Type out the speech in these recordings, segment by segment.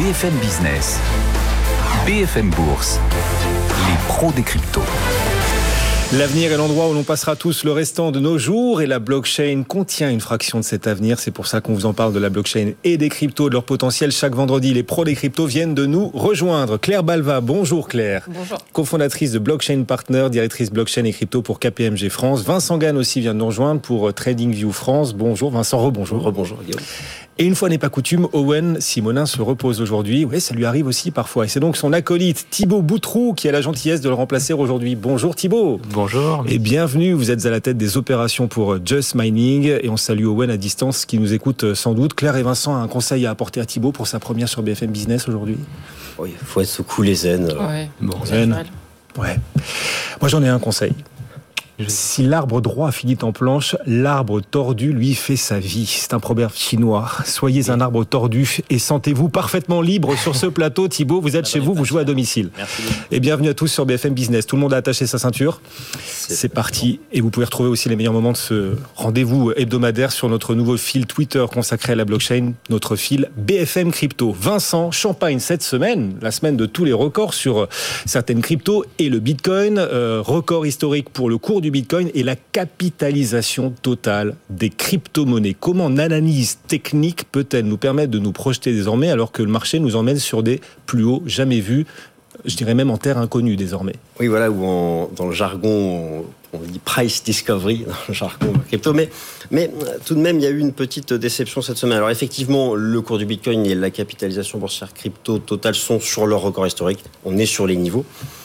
BFM Business, BFM Bourse, les pros des cryptos. L'avenir est l'endroit où l'on passera tous le restant de nos jours et la blockchain contient une fraction de cet avenir. C'est pour ça qu'on vous en parle de la blockchain et des cryptos, de leur potentiel. Chaque vendredi, les pros des cryptos viennent de nous rejoindre. Claire Balva, bonjour Claire. Bonjour. Cofondatrice de Blockchain Partner, directrice blockchain et crypto pour KPMG France. Vincent Gann aussi vient de nous rejoindre pour TradingView France. Bonjour Vincent, rebonjour. Rebonjour Guillaume. Et une fois n'est pas coutume, Owen Simonin se repose aujourd'hui. Oui, ça lui arrive aussi parfois. Et c'est donc son acolyte Thibaut Boutroux qui a la gentillesse de le remplacer aujourd'hui. Bonjour Thibaut. Bonjour. Et bienvenue, vous êtes à la tête des opérations pour Just Mining. Et on salue Owen à distance qui nous écoute sans doute. Claire et Vincent, un conseil à apporter à Thibaut pour sa première sur BFM Business aujourd'hui? Oui, il faut être sous cool et zen. Ouais. Bon, zen. Ouais. Moi j'en ai un conseil. Si l'arbre droit finit en planche, l'arbre tordu, lui, fait sa vie. C'est un proverbe chinois. Soyez un arbre tordu et sentez-vous parfaitement libre sur ce plateau. Thibaut, vous êtes chez vous, vous jouez à domicile. Merci. Et bienvenue à tous sur BFM Business. Tout le monde a attaché sa ceinture. C'est parti. Et vous pouvez retrouver aussi les meilleurs moments de ce rendez-vous hebdomadaire sur notre nouveau fil Twitter consacré à la blockchain, notre fil BFM Crypto. Vincent, champagne cette semaine, la semaine de tous les records sur certaines cryptos et le Bitcoin. Record historique pour le cours du Bitcoin et la capitalisation totale des crypto-monnaies. Comment une analyse technique peut-elle nous permettre de nous projeter désormais alors que le marché nous emmène sur des plus hauts jamais vus, je dirais même en terre inconnue désormais? Oui, voilà, où dans le jargon, on dit price discovery, dans le jargon crypto, mais tout de même, il y a eu une petite déception cette semaine. Alors effectivement, le cours du Bitcoin et la capitalisation boursière crypto totale sont sur leur record historique. On est sur les niveaux.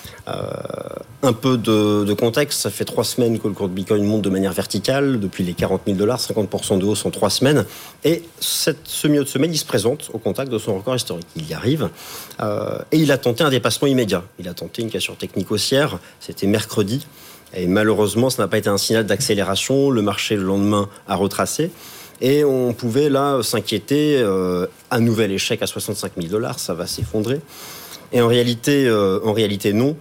Un peu de contexte, ça fait 3 semaines que le cours de Bitcoin monte de manière verticale, depuis les $40 000, 50% de hausse en 3 semaines. Et ce milieu de semaine, il se présente au contact de son record historique. Il y arrive et il a tenté un dépassement immédiat. Il a tenté une cassure technique haussière, c'était mercredi. Et malheureusement, ça n'a pas été un signal d'accélération. Le marché, le lendemain, a retracé. Et on pouvait là s'inquiéter, un nouvel échec à $65 000, ça va s'effondrer. Et en réalité non.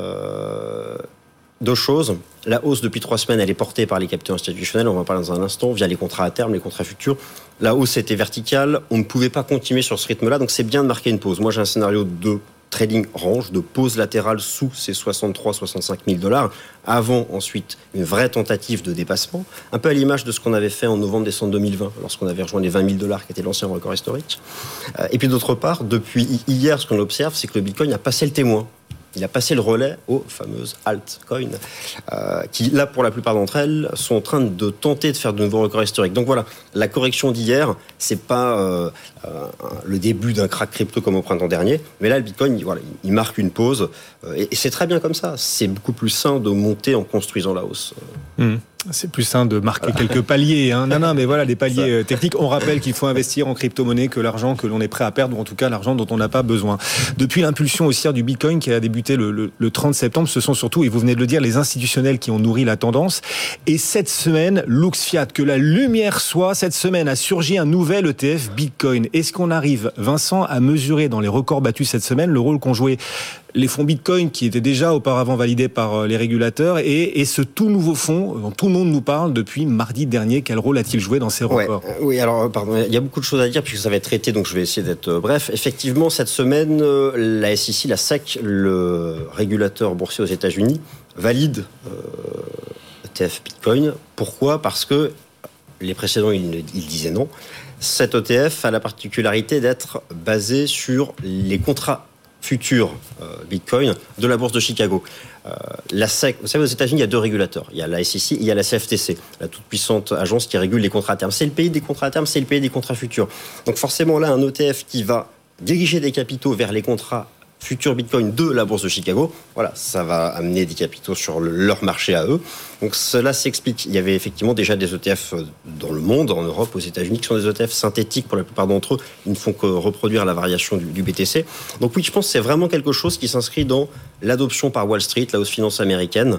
2 choses. La hausse depuis 3 semaines, elle est portée par les capitaux institutionnels, on va en parler dans un instant, via les contrats à terme, les contrats futurs. La hausse était verticale, on ne pouvait pas continuer sur ce rythme-là, donc c'est bien de marquer une pause. Moi, j'ai un scénario de trading range, de pause latérale sous ces $63 000-65 000, avant ensuite une vraie tentative de dépassement, un peu à l'image de ce qu'on avait fait en novembre-décembre 2020, lorsqu'on avait rejoint les $20 000 qui était l'ancien record historique. Et puis d'autre part, depuis hier, ce qu'on observe, c'est que le Bitcoin a passé le témoin. Il a passé le relais aux fameuses altcoins, qui, là, pour la plupart d'entre elles, sont en train de tenter de faire de nouveaux records historiques. Donc voilà, la correction d'hier, c'est pas le début d'un crack crypto comme au printemps dernier, mais là, le Bitcoin, il marque une pause, et c'est très bien comme ça. C'est beaucoup plus sain de monter en construisant la hausse. C'est plus sain de marquer quelques paliers. Hein. Non, mais voilà, des paliers techniques. On rappelle qu'il faut investir en crypto-monnaie que l'argent que l'on est prêt à perdre, ou en tout cas l'argent dont on n'a pas besoin. Depuis l'impulsion haussière du Bitcoin qui a débuté le 30 septembre, ce sont surtout, et vous venez de le dire, les institutionnels qui ont nourri la tendance. Et cette semaine, Lux Fiat, que la lumière soit, cette semaine a surgi un nouvel ETF Bitcoin. Est-ce qu'on arrive, Vincent, à mesurer dans les records battus cette semaine le rôle qu'ont joué les fonds Bitcoin qui étaient déjà auparavant validés par les régulateurs et ce tout nouveau fonds dont tout le monde nous parle depuis mardi dernier? Quel rôle a-t-il joué dans ces records? Oui, alors, pardon, il y a beaucoup de choses à dire puisque ça va être traité, donc je vais essayer d'être bref. Effectivement, cette semaine, la SEC, la SEC, le régulateur boursier aux États-Unis, valide ETF Bitcoin. Pourquoi? Parce que les précédents, ils disaient non. Cet ETF a la particularité d'être basé sur les contrats futurs Bitcoin de la bourse de Chicago. La SEC, vous savez, aux États-Unis, il y a 2 régulateurs. Il y a la SEC et il y a la CFTC, la toute puissante agence qui régule les contrats à terme. C'est le pays des contrats à terme, c'est le pays des contrats futurs. Donc forcément, là, un ETF qui va diriger des capitaux vers les contrats futurs Bitcoin de la bourse de Chicago, voilà, ça va amener des capitaux sur leur marché à eux. Donc cela s'explique. Il y avait effectivement déjà des ETF dans le monde, en Europe, aux États-Unis, qui sont des ETF synthétiques pour la plupart d'entre eux. Ils ne font que reproduire la variation du BTC. Donc oui, je pense que c'est vraiment quelque chose qui s'inscrit dans l'adoption par Wall Street, la haute finance américaine,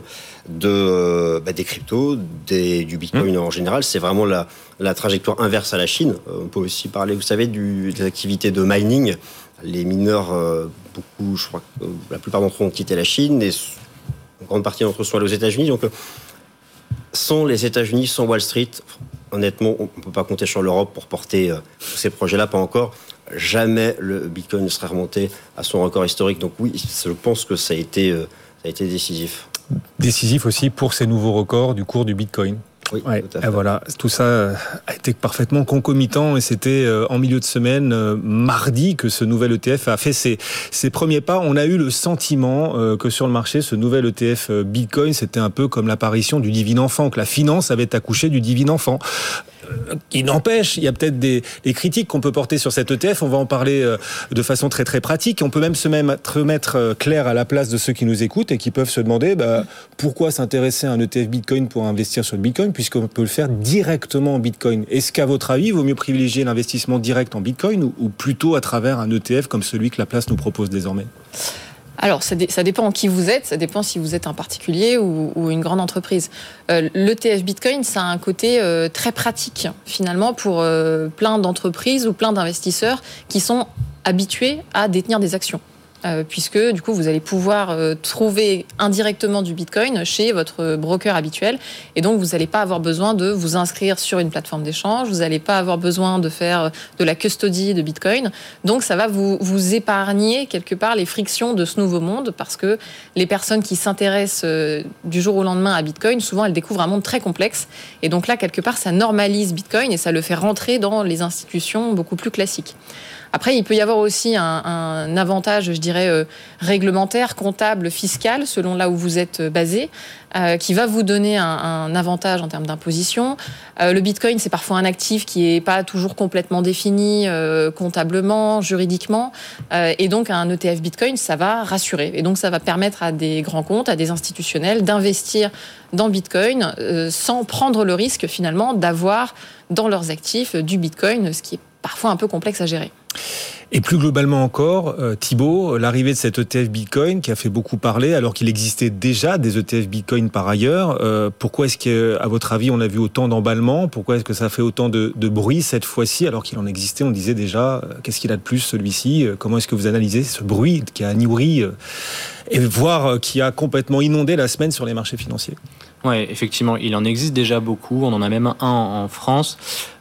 des cryptos, du Bitcoin en général. C'est vraiment la trajectoire inverse à la Chine. On peut aussi parler, vous savez, des activités de mining. Les mineurs, beaucoup, je crois que la plupart d'entre eux ont quitté la Chine et une grande partie d'entre eux sont allés aux États-Unis. Donc, sans les États-Unis, sans Wall Street, honnêtement, on ne peut pas compter sur l'Europe pour porter tous ces projets-là, pas encore. jamais le Bitcoin ne serait remonté à son record historique. Donc oui, je pense que ça a été décisif. Décisif aussi pour ces nouveaux records du cours du Bitcoin. Oui, ouais, tout à fait. Voilà, tout ça a été parfaitement concomitant et c'était en milieu de semaine, mardi, que ce nouvel ETF a fait ses premiers pas. On a eu le sentiment que sur le marché, ce nouvel ETF Bitcoin, c'était un peu comme l'apparition du divin enfant, que la finance avait accouché du divin enfant. Qui n'empêche, il y a peut-être des critiques qu'on peut porter sur cet ETF. On va en parler de façon très très pratique. On peut même se mettre clair à la place de ceux qui nous écoutent et qui peuvent se demander pourquoi s'intéresser à un ETF Bitcoin pour investir sur le Bitcoin, puisqu'on peut le faire directement en Bitcoin. Est-ce qu'à votre avis, il vaut mieux privilégier l'investissement direct en Bitcoin ou plutôt à travers un ETF comme celui que la place nous propose désormais ? Alors, ça dépend qui vous êtes, ça dépend si vous êtes un particulier ou une grande entreprise. L'ETF Bitcoin, ça a un côté très pratique, finalement, pour plein d'entreprises ou plein d'investisseurs qui sont habitués à détenir des actions. Puisque, du coup, vous allez pouvoir trouver indirectement du Bitcoin chez votre broker habituel. Et donc, vous n'allez pas avoir besoin de vous inscrire sur une plateforme d'échange. Vous n'allez pas avoir besoin de faire de la custody de Bitcoin. Donc, ça va vous épargner, quelque part, les frictions de ce nouveau monde. Parce que les personnes qui s'intéressent du jour au lendemain à Bitcoin, souvent, elles découvrent un monde très complexe. Et donc là, quelque part, ça normalise Bitcoin et ça le fait rentrer dans les institutions beaucoup plus classiques. Après, il peut y avoir aussi un avantage, je dirais, réglementaire, comptable, fiscal, selon là où vous êtes basé, qui va vous donner un avantage en termes d'imposition. Le Bitcoin, c'est parfois un actif qui n'est pas toujours complètement défini comptablement, juridiquement. Et donc, un ETF Bitcoin, ça va rassurer. Et donc, ça va permettre à des grands comptes, à des institutionnels d'investir dans Bitcoin sans prendre le risque, finalement, d'avoir dans leurs actifs du Bitcoin, ce qui est parfois un peu complexe à gérer. Et plus globalement encore, Thibaut, l'arrivée de cet ETF Bitcoin qui a fait beaucoup parler alors qu'il existait déjà des ETF Bitcoin par ailleurs, pourquoi est-ce qu'à votre avis on a vu autant d'emballement ? Pourquoi est-ce que ça fait autant de bruit cette fois-ci alors qu'il en existait, on disait déjà, qu'est-ce qu'il a de plus celui-ci ? Comment est-ce que vous analysez ce bruit qui a nourri et voire qui a complètement inondé la semaine sur les marchés financiers ? Oui, effectivement, il en existe déjà beaucoup, on en a même un en France.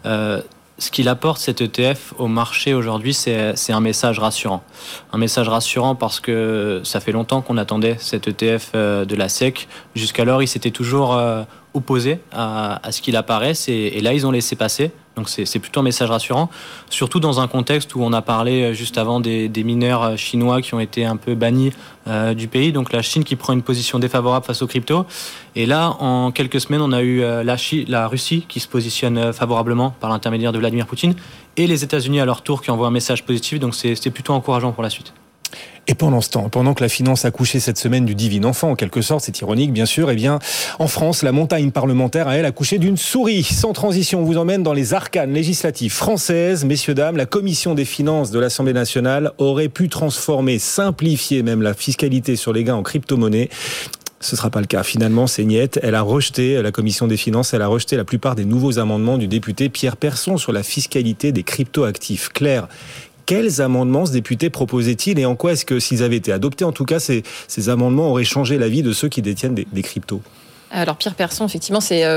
Ce qu'il apporte, cet ETF, au marché aujourd'hui, c'est un message rassurant. Un message rassurant parce que ça fait longtemps qu'on attendait cet ETF de la SEC. Jusqu'alors, il s'était toujours opposé à ce qu'il apparaisse et là, ils ont laissé passer. Donc c'est plutôt un message rassurant, surtout dans un contexte où on a parlé juste avant des mineurs chinois qui ont été un peu bannis du pays. Donc la Chine qui prend une position défavorable face aux cryptos. Et là, en quelques semaines, on a eu la Russie qui se positionne favorablement par l'intermédiaire de Vladimir Poutine et les États-Unis à leur tour qui envoient un message positif. Donc c'est plutôt encourageant pour la suite. Et pendant ce temps, pendant que la finance a couché cette semaine du divin enfant, en quelque sorte, c'est ironique bien sûr, eh bien, en France, la montagne parlementaire a, elle, accouché d'une souris. Sans transition, on vous emmène dans les arcanes législatives françaises. Messieurs, dames, la commission des finances de l'Assemblée nationale aurait pu transformer, simplifier même la fiscalité sur les gains en crypto-monnaie. Ce ne sera pas le cas. Finalement, c'est niette. La commission des finances, elle a rejeté la plupart des nouveaux amendements du député Pierre Persson sur la fiscalité des crypto-actifs. Claire, quels amendements ce député proposait-il et en quoi est-ce que, s'ils avaient été adoptés, en tout cas, ces amendements auraient changé la vie de ceux qui détiennent des cryptos ? Alors Pierre Persson, effectivement,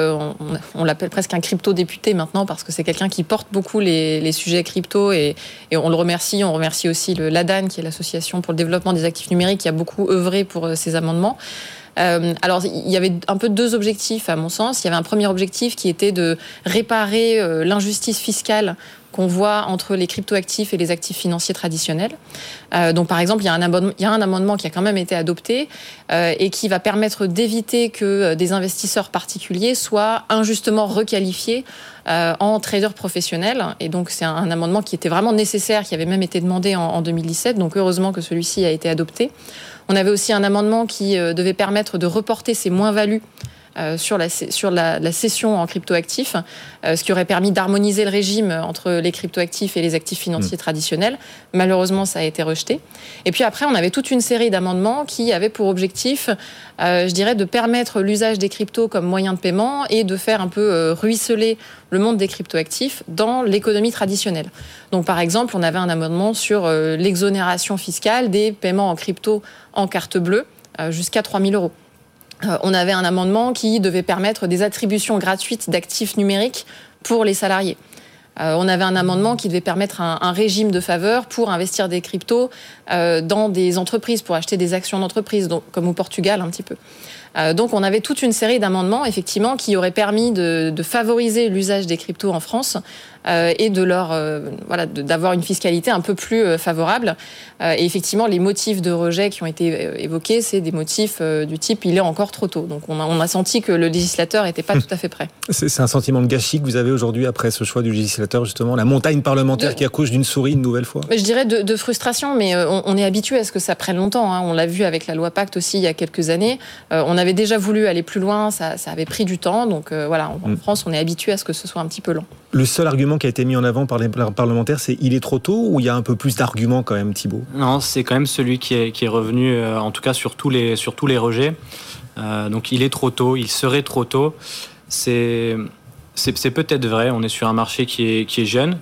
on l'appelle presque un crypto-député maintenant parce que c'est quelqu'un qui porte beaucoup les sujets crypto et on le remercie. On remercie aussi l'ADAN, qui est l'association pour le développement des actifs numériques, qui a beaucoup œuvré pour ces amendements. Alors, il y avait un peu deux objectifs, à mon sens. Il y avait un premier objectif qui était de réparer l'injustice fiscale qu'on voit entre les cryptoactifs et les actifs financiers traditionnels. Donc, par exemple, il y a un amendement qui a quand même été adopté et qui va permettre d'éviter que des investisseurs particuliers soient injustement requalifiés en traders professionnels. Et donc, c'est un amendement qui était vraiment nécessaire, qui avait même été demandé en 2017. Donc, heureusement que celui-ci a été adopté. On avait aussi un amendement qui devait permettre de reporter ces moins-values sur la cession en cryptoactifs, ce qui aurait permis d'harmoniser le régime entre les cryptoactifs et les actifs financiers traditionnels. Malheureusement, ça a été rejeté. Et puis après, on avait toute une série d'amendements qui avaient pour objectif, je dirais, de permettre l'usage des cryptos comme moyen de paiement et de faire un peu ruisseler le monde des cryptoactifs dans l'économie traditionnelle. Donc, par exemple, on avait un amendement sur l'exonération fiscale des paiements en crypto en carte bleue jusqu'à 3 000 €. On avait un amendement qui devait permettre des attributions gratuites d'actifs numériques pour les salariés. On avait un amendement qui devait permettre un régime de faveur pour investir des cryptos dans des entreprises, pour acheter des actions d'entreprises, donc, comme au Portugal un petit peu. Donc on avait toute une série d'amendements effectivement qui auraient permis de favoriser l'usage des cryptos en France et de d'avoir une fiscalité un peu plus favorable. Et effectivement, les motifs de rejet qui ont été évoqués, c'est des motifs du type il est encore trop tôt. Donc on a senti que le législateur n'était pas tout à fait prêt. C'est un sentiment de gâchis que vous avez aujourd'hui après ce choix du législateur, justement, la montagne parlementaire qui accouche d'une souris une nouvelle fois. Je dirais de frustration, mais on est habitué à ce que ça prenne longtemps. Hein. On l'a vu avec la loi Pacte aussi il y a quelques années. On avait déjà voulu aller plus loin, ça avait pris du temps. Donc en France, on est habitué à ce que ce soit un petit peu lent. Le seul argument qui a été mis en avant par les parlementaires, c'est il est trop tôt, ou il y a un peu plus d'arguments quand même, Thibault ? Non, c'est quand même celui qui est revenu, en tout cas sur tous les rejets. Donc il est trop tôt, il serait trop tôt. C'est peut-être vrai, on est sur un marché qui est jeune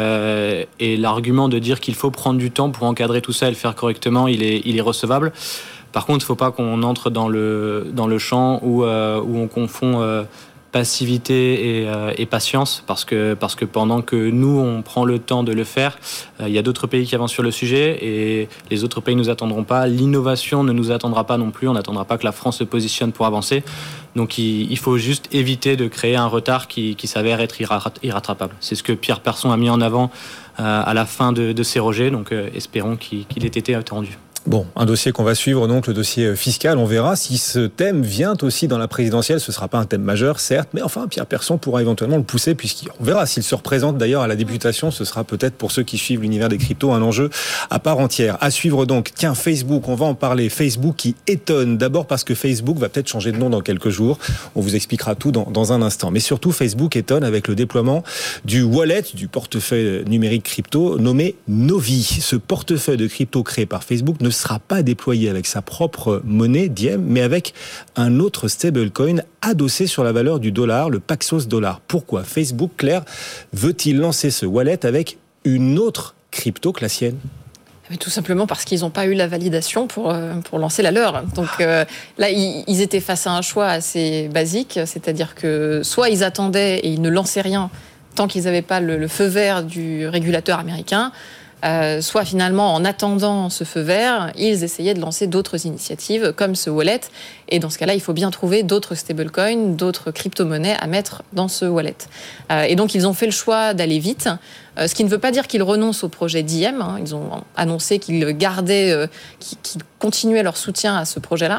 et l'argument de dire qu'il faut prendre du temps pour encadrer tout ça et le faire correctement, il est recevable. Par contre, il ne faut pas qu'on entre dans le champ où on confond passivité et patience, parce que pendant que nous, on prend le temps de le faire, il y a d'autres pays qui avancent sur le sujet et les autres pays ne nous attendront pas. L'innovation ne nous attendra pas non plus, on n'attendra pas que la France se positionne pour avancer. Donc il faut juste éviter de créer un retard qui s'avère être irrattrapable. C'est ce que Pierre Persson a mis en avant à la fin de ces rejets, donc espérons qu'il ait été attendu. Bon, un dossier qu'on va suivre, donc le dossier fiscal. On verra si ce thème vient aussi dans la présidentielle. Ce ne sera pas un thème majeur, certes, mais enfin, Pierre Persson pourra éventuellement le pousser, puisqu'on verra s'il se représente d'ailleurs à la députation. Ce sera peut-être pour ceux qui suivent l'univers des cryptos un enjeu à part entière. À suivre donc, tiens, Facebook, on va en parler. Facebook qui étonne. D'abord parce que Facebook va peut-être changer de nom dans quelques jours. On vous expliquera tout dans un instant. Mais surtout, Facebook étonne avec le déploiement du wallet, du portefeuille numérique crypto nommé Novi. Ce portefeuille de crypto créé par Facebook ne sera pas déployé avec sa propre monnaie Diem, mais avec un autre stablecoin adossé sur la valeur du dollar, le Paxos Dollar. Pourquoi Facebook, Claire, veut-il lancer ce wallet avec une autre crypto que la sienne ? Mais tout simplement parce qu'ils n'ont pas eu la validation pour lancer la leur. Donc là, ils étaient face à un choix assez basique, c'est-à-dire que soit ils attendaient et ils ne lançaient rien tant qu'ils n'avaient pas le feu vert du régulateur américain, soit finalement, en attendant ce feu vert, ils essayaient de lancer d'autres initiatives comme ce wallet. Et dans ce cas-là, il faut bien trouver d'autres stablecoins, d'autres crypto-monnaies à mettre dans ce wallet. Et donc, ils ont fait le choix d'aller vite, ce qui ne veut pas dire qu'ils renoncent au projet Diem. Hein. Ils ont annoncé qu'ils gardaient, qu'ils continuaient leur soutien à ce projet-là.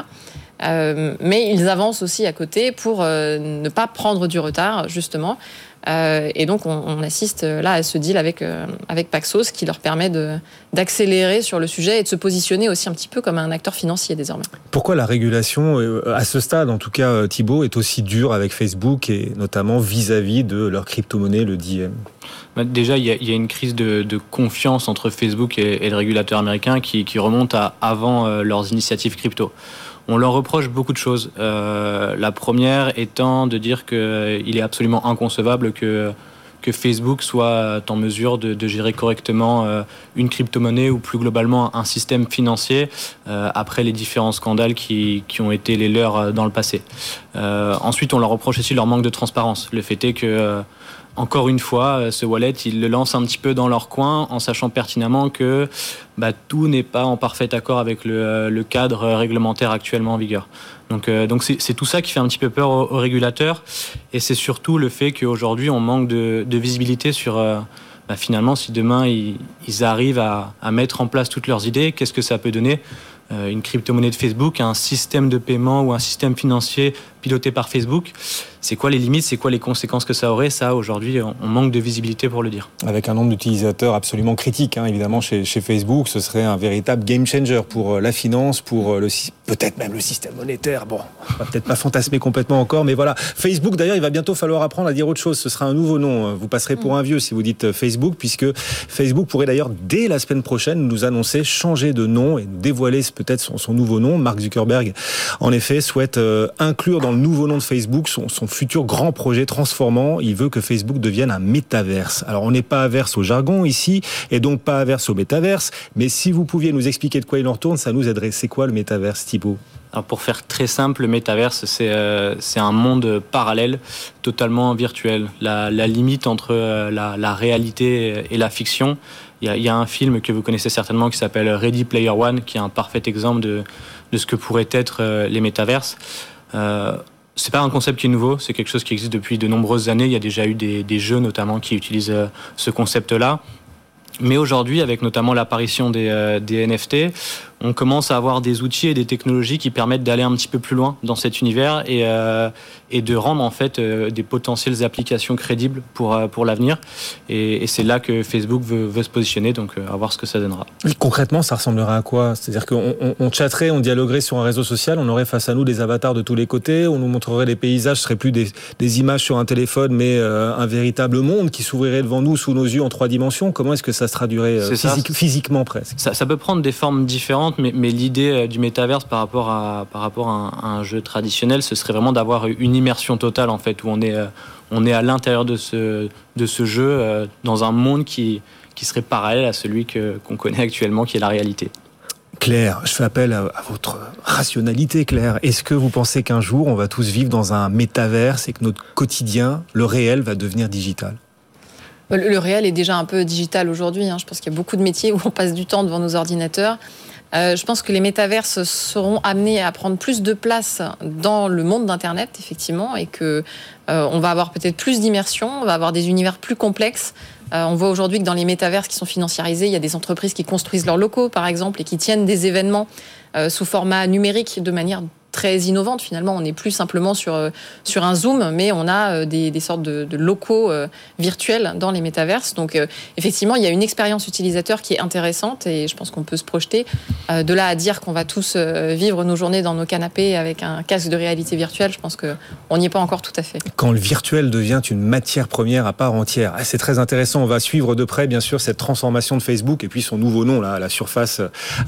Mais ils avancent aussi à côté pour ne pas prendre du retard, justement. Et donc, on assiste là à ce deal avec Paxos qui leur permet d'accélérer sur le sujet et de se positionner aussi un petit peu comme un acteur financier désormais. Pourquoi la régulation, à ce stade en tout cas, Thibault, est aussi dure avec Facebook et notamment vis-à-vis de leur crypto-monnaie, le Diem ? Déjà, il y a une crise de confiance entre Facebook et le régulateur américain qui remonte à avant leurs initiatives crypto. On leur reproche beaucoup de choses. La première étant de dire qu'il est absolument inconcevable que Facebook soit en mesure de gérer correctement une crypto-monnaie ou plus globalement un système financier après les différents scandales qui ont été les leurs dans le passé. Ensuite, on leur reproche aussi leur manque de transparence. Le fait est que encore une fois, ce wallet, ils le lancent un petit peu dans leur coin en sachant pertinemment que tout n'est pas en parfait accord avec le cadre réglementaire actuellement en vigueur. Donc c'est tout ça qui fait un petit peu peur aux régulateurs et c'est surtout le fait qu'aujourd'hui on manque de visibilité sur finalement si demain ils arrivent à mettre en place toutes leurs idées, qu'est-ce que ça peut donner ? Une crypto-monnaie de Facebook, un système de paiement ou un système financier piloté par Facebook. C'est quoi les limites, c'est quoi les conséquences que ça aurait ? Ça, aujourd'hui, on manque de visibilité pour le dire. Avec un nombre d'utilisateurs absolument critique, évidemment, chez Facebook, ce serait un véritable game changer pour la finance, pour peut-être même le système monétaire. Bon, on va peut-être pas fantasmer complètement encore, mais voilà. Facebook, d'ailleurs, il va bientôt falloir apprendre à dire autre chose. Ce sera un nouveau nom. Vous passerez pour un vieux si vous dites Facebook, puisque Facebook pourrait d'ailleurs, dès la semaine prochaine, nous annoncer changer de nom et dévoiler peut-être son nouveau nom. Mark Zuckerberg, en effet, souhaite inclure dans le nouveau nom de Facebook son futur grand projet transformant. Il veut que Facebook devienne un métaverse. Alors, on n'est pas averse au jargon ici, et donc pas averse au métaverse. Mais si vous pouviez nous expliquer de quoi il en retourne, ça nous aiderait. C'est quoi le métaverse, Thibaut ? Alors pour faire très simple, le métaverse, c'est un monde parallèle, totalement virtuel. La limite entre la réalité et la fiction. Il y a un film que vous connaissez certainement qui s'appelle Ready Player One, qui est un parfait exemple de ce que pourraient être les métaverses. C'est pas un concept qui est nouveau, c'est quelque chose qui existe depuis de nombreuses années. Il y a déjà eu des jeux notamment qui utilisent ce concept-là. Mais aujourd'hui, avec notamment l'apparition des NFT, on commence à avoir des outils et des technologies qui permettent d'aller un petit peu plus loin dans cet univers et de rendre en fait des potentielles applications crédibles pour l'avenir. Et c'est là que Facebook veut se positionner, donc à voir ce que ça donnera. Et concrètement, ça ressemblerait à quoi ? C'est-à-dire qu'on chatterait, on dialoguerait sur un réseau social, on aurait face à nous des avatars de tous les côtés, on nous montrerait des paysages, ce serait plus des images sur un téléphone, mais un véritable monde qui s'ouvrirait devant nous, sous nos yeux, en 3 dimensions. Comment est-ce que ça se traduirait physiquement presque ? Ça peut prendre des formes différentes, mais l'idée du métaverse par rapport à un jeu traditionnel, ce serait vraiment d'avoir une immersion totale en fait, où on est à l'intérieur de ce jeu dans un monde qui serait parallèle à celui qu'on connaît actuellement, qui est la réalité. Claire, je fais appel à votre rationalité, Claire. Est-ce que vous pensez qu'un jour on va tous vivre dans un métaverse et que notre quotidien, le réel, va devenir digital ? Le réel est déjà un peu digital aujourd'hui. Je pense qu'il y a beaucoup de métiers où on passe du temps devant nos ordinateurs. Je pense que les métaverses seront amenés à prendre plus de place dans le monde d'Internet, effectivement, et que on va avoir peut-être plus d'immersion, on va avoir des univers plus complexes. On voit aujourd'hui que dans les métaverses qui sont financiarisés, il y a des entreprises qui construisent leurs locaux, par exemple, et qui tiennent des événements sous format numérique de manière très innovante. Finalement, on n'est plus simplement sur un Zoom, mais on a des sortes de locaux virtuels dans les métaverses. Donc, effectivement, il y a une expérience utilisateur qui est intéressante et je pense qu'on peut se projeter. De là à dire qu'on va tous vivre nos journées dans nos canapés avec un casque de réalité virtuelle, je pense qu'on n'y est pas encore tout à fait. Quand le virtuel devient une matière première à part entière, c'est très intéressant. On va suivre de près, bien sûr, cette transformation de Facebook et puis son nouveau nom là, à la surface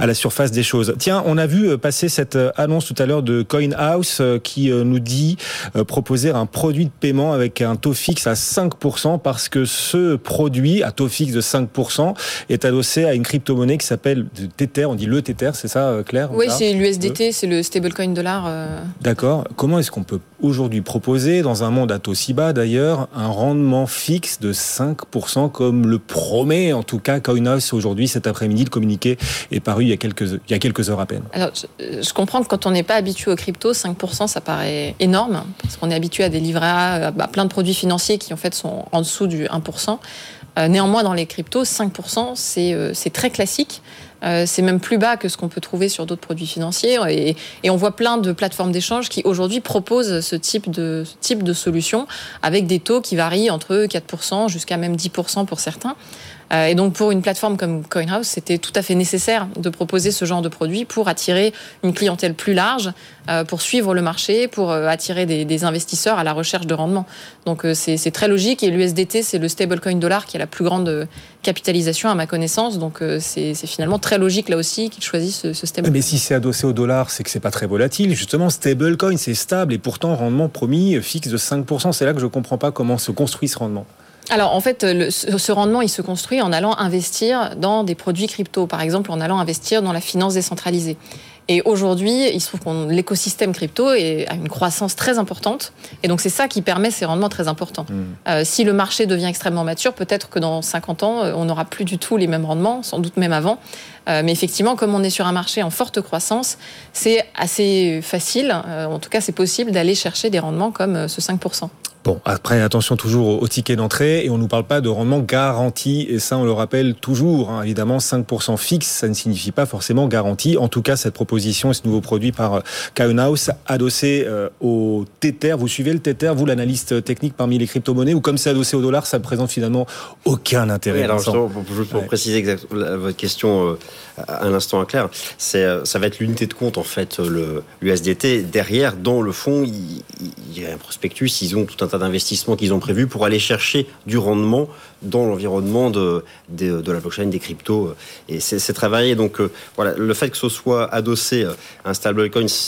des choses. Tiens, on a vu passer cette annonce tout à l'heure de CoinHouse qui nous dit proposer un produit de paiement avec un taux fixe à 5% parce que ce produit à taux fixe de 5% est adossé à une crypto-monnaie qui s'appelle Tether. On dit le Tether, c'est ça, Claire ? Oui, c'est l'USDT, c'est le stablecoin dollar. D'accord. Comment est-ce qu'on peut aujourd'hui proposer, dans un monde à taux si bas d'ailleurs, un rendement fixe de 5% comme le promet en tout cas CoinHouse aujourd'hui, cet après-midi? Le communiqué est paru il y a quelques heures à peine. Alors, je comprends que quand on n'est pas habitué aux cryptos, 5% ça paraît énorme, parce qu'on est habitué à des livrets A, à plein de produits financiers qui en fait sont en dessous du 1%. Néanmoins, dans les cryptos, 5%, c'est très classique. C'est même plus bas que ce qu'on peut trouver sur d'autres produits financiers. Et on voit plein de plateformes d'échange qui aujourd'hui proposent ce type de solution avec des taux qui varient entre 4% jusqu'à même 10% pour certains. Et donc pour une plateforme comme CoinHouse, c'était tout à fait nécessaire de proposer ce genre de produit pour attirer une clientèle plus large, pour suivre le marché, pour attirer des investisseurs à la recherche de rendement. Donc c'est très logique et l'USDT, c'est le stablecoin dollar qui a la plus grande capitalisation à ma connaissance. Donc c'est finalement très logique là aussi qu'ils choisissent ce stablecoin. Mais si c'est adossé au dollar, c'est que c'est pas très volatile. Justement, stablecoin, c'est stable et pourtant rendement promis fixe de 5%. C'est là que je comprends pas comment se construit ce rendement. Alors en fait, ce rendement, il se construit en allant investir dans des produits crypto, par exemple en allant investir dans la finance décentralisée. Et aujourd'hui, il se trouve que l'écosystème crypto a une croissance très importante. Et donc, c'est ça qui permet ces rendements très importants. Si le marché devient extrêmement mature, peut-être que dans 50 ans, on n'aura plus du tout les mêmes rendements, sans doute même avant. Mais effectivement, comme on est sur un marché en forte croissance, c'est assez facile, en tout cas c'est possible, d'aller chercher des rendements comme ce 5%. Bon, après, attention toujours au ticket d'entrée et on ne nous parle pas de rendement garanti et ça, on le rappelle toujours. Évidemment, 5% fixe, ça ne signifie pas forcément garanti. En tout cas, cette proposition et ce nouveau produit par CoinHouse adossé au Tether. Vous suivez le Tether, vous, l'analyste technique parmi les crypto-monnaies, ou comme c'est adossé au dollar, ça ne présente finalement aucun intérêt? Oui, alors pour préciser exactement votre question à l'instant, Claire, ça va être l'unité de compte, en fait, l'USDT. Derrière, dans le fond, il y a un prospectus, ils ont tout un tas d'investissements qu'ils ont prévus pour aller chercher du rendement dans l'environnement de la blockchain, des cryptos. Et c'est travaillé. Donc voilà, le fait que ce soit adossé à un stablecoin, c'est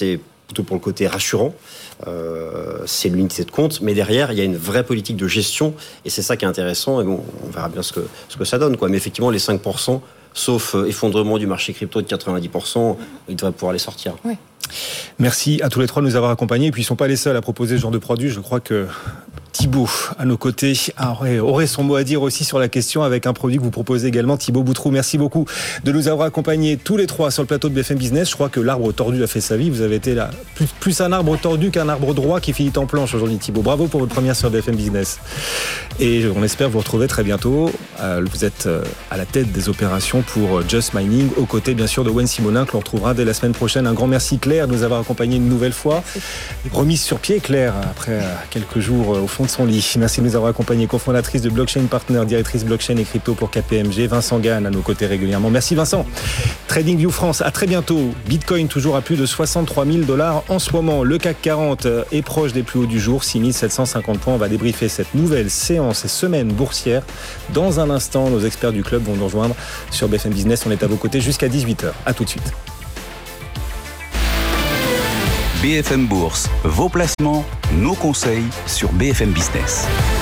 plutôt pour le côté rassurant. C'est l'unité de compte, mais derrière, il y a une vraie politique de gestion, et c'est ça qui est intéressant, et bon, on verra bien ce que ça donne, quoi. Mais effectivement, les 5%, sauf effondrement du marché crypto de 90%, ils devraient pouvoir les sortir. Oui. Merci à tous les trois de nous avoir accompagnés. Et puis, ils ne sont pas les seuls à proposer ce genre de produit. Je crois que Thibaut, à nos côtés, aurait son mot à dire aussi sur la question avec un produit que vous proposez également. Thibaut Boutroux, merci beaucoup de nous avoir accompagnés tous les trois sur le plateau de BFM Business. Je crois que l'arbre tordu a fait sa vie. Vous avez été là, plus un arbre tordu qu'un arbre droit qui finit en planche aujourd'hui, Thibaut. Bravo pour votre première sur BFM Business. Et on espère vous retrouver très bientôt. Vous êtes à la tête des opérations pour Just Mining, aux côtés bien sûr de Wayne Simonin, que l'on retrouvera dès la semaine prochaine. Un grand merci Claire de nous avoir accompagnés une nouvelle fois. Remise sur pied Claire, après quelques jours au fond de son lit. Merci de nous avoir accompagnés. Cofondatrice de Blockchain Partner, directrice blockchain et crypto pour KPMG. Vincent Gann à nos côtés régulièrement. Merci Vincent. TradingView France, à très bientôt. Bitcoin toujours à plus de 63 000 $ en ce moment. Le CAC 40 est proche des plus hauts du jour, 6 750 points. On va débriefer cette nouvelle séance et semaine boursière. Dans un instant, nos experts du club vont nous rejoindre sur BFM Business. On est à vos côtés jusqu'à 18h. À tout de suite. BFM Bourse, vos placements, nos conseils sur BFM Business.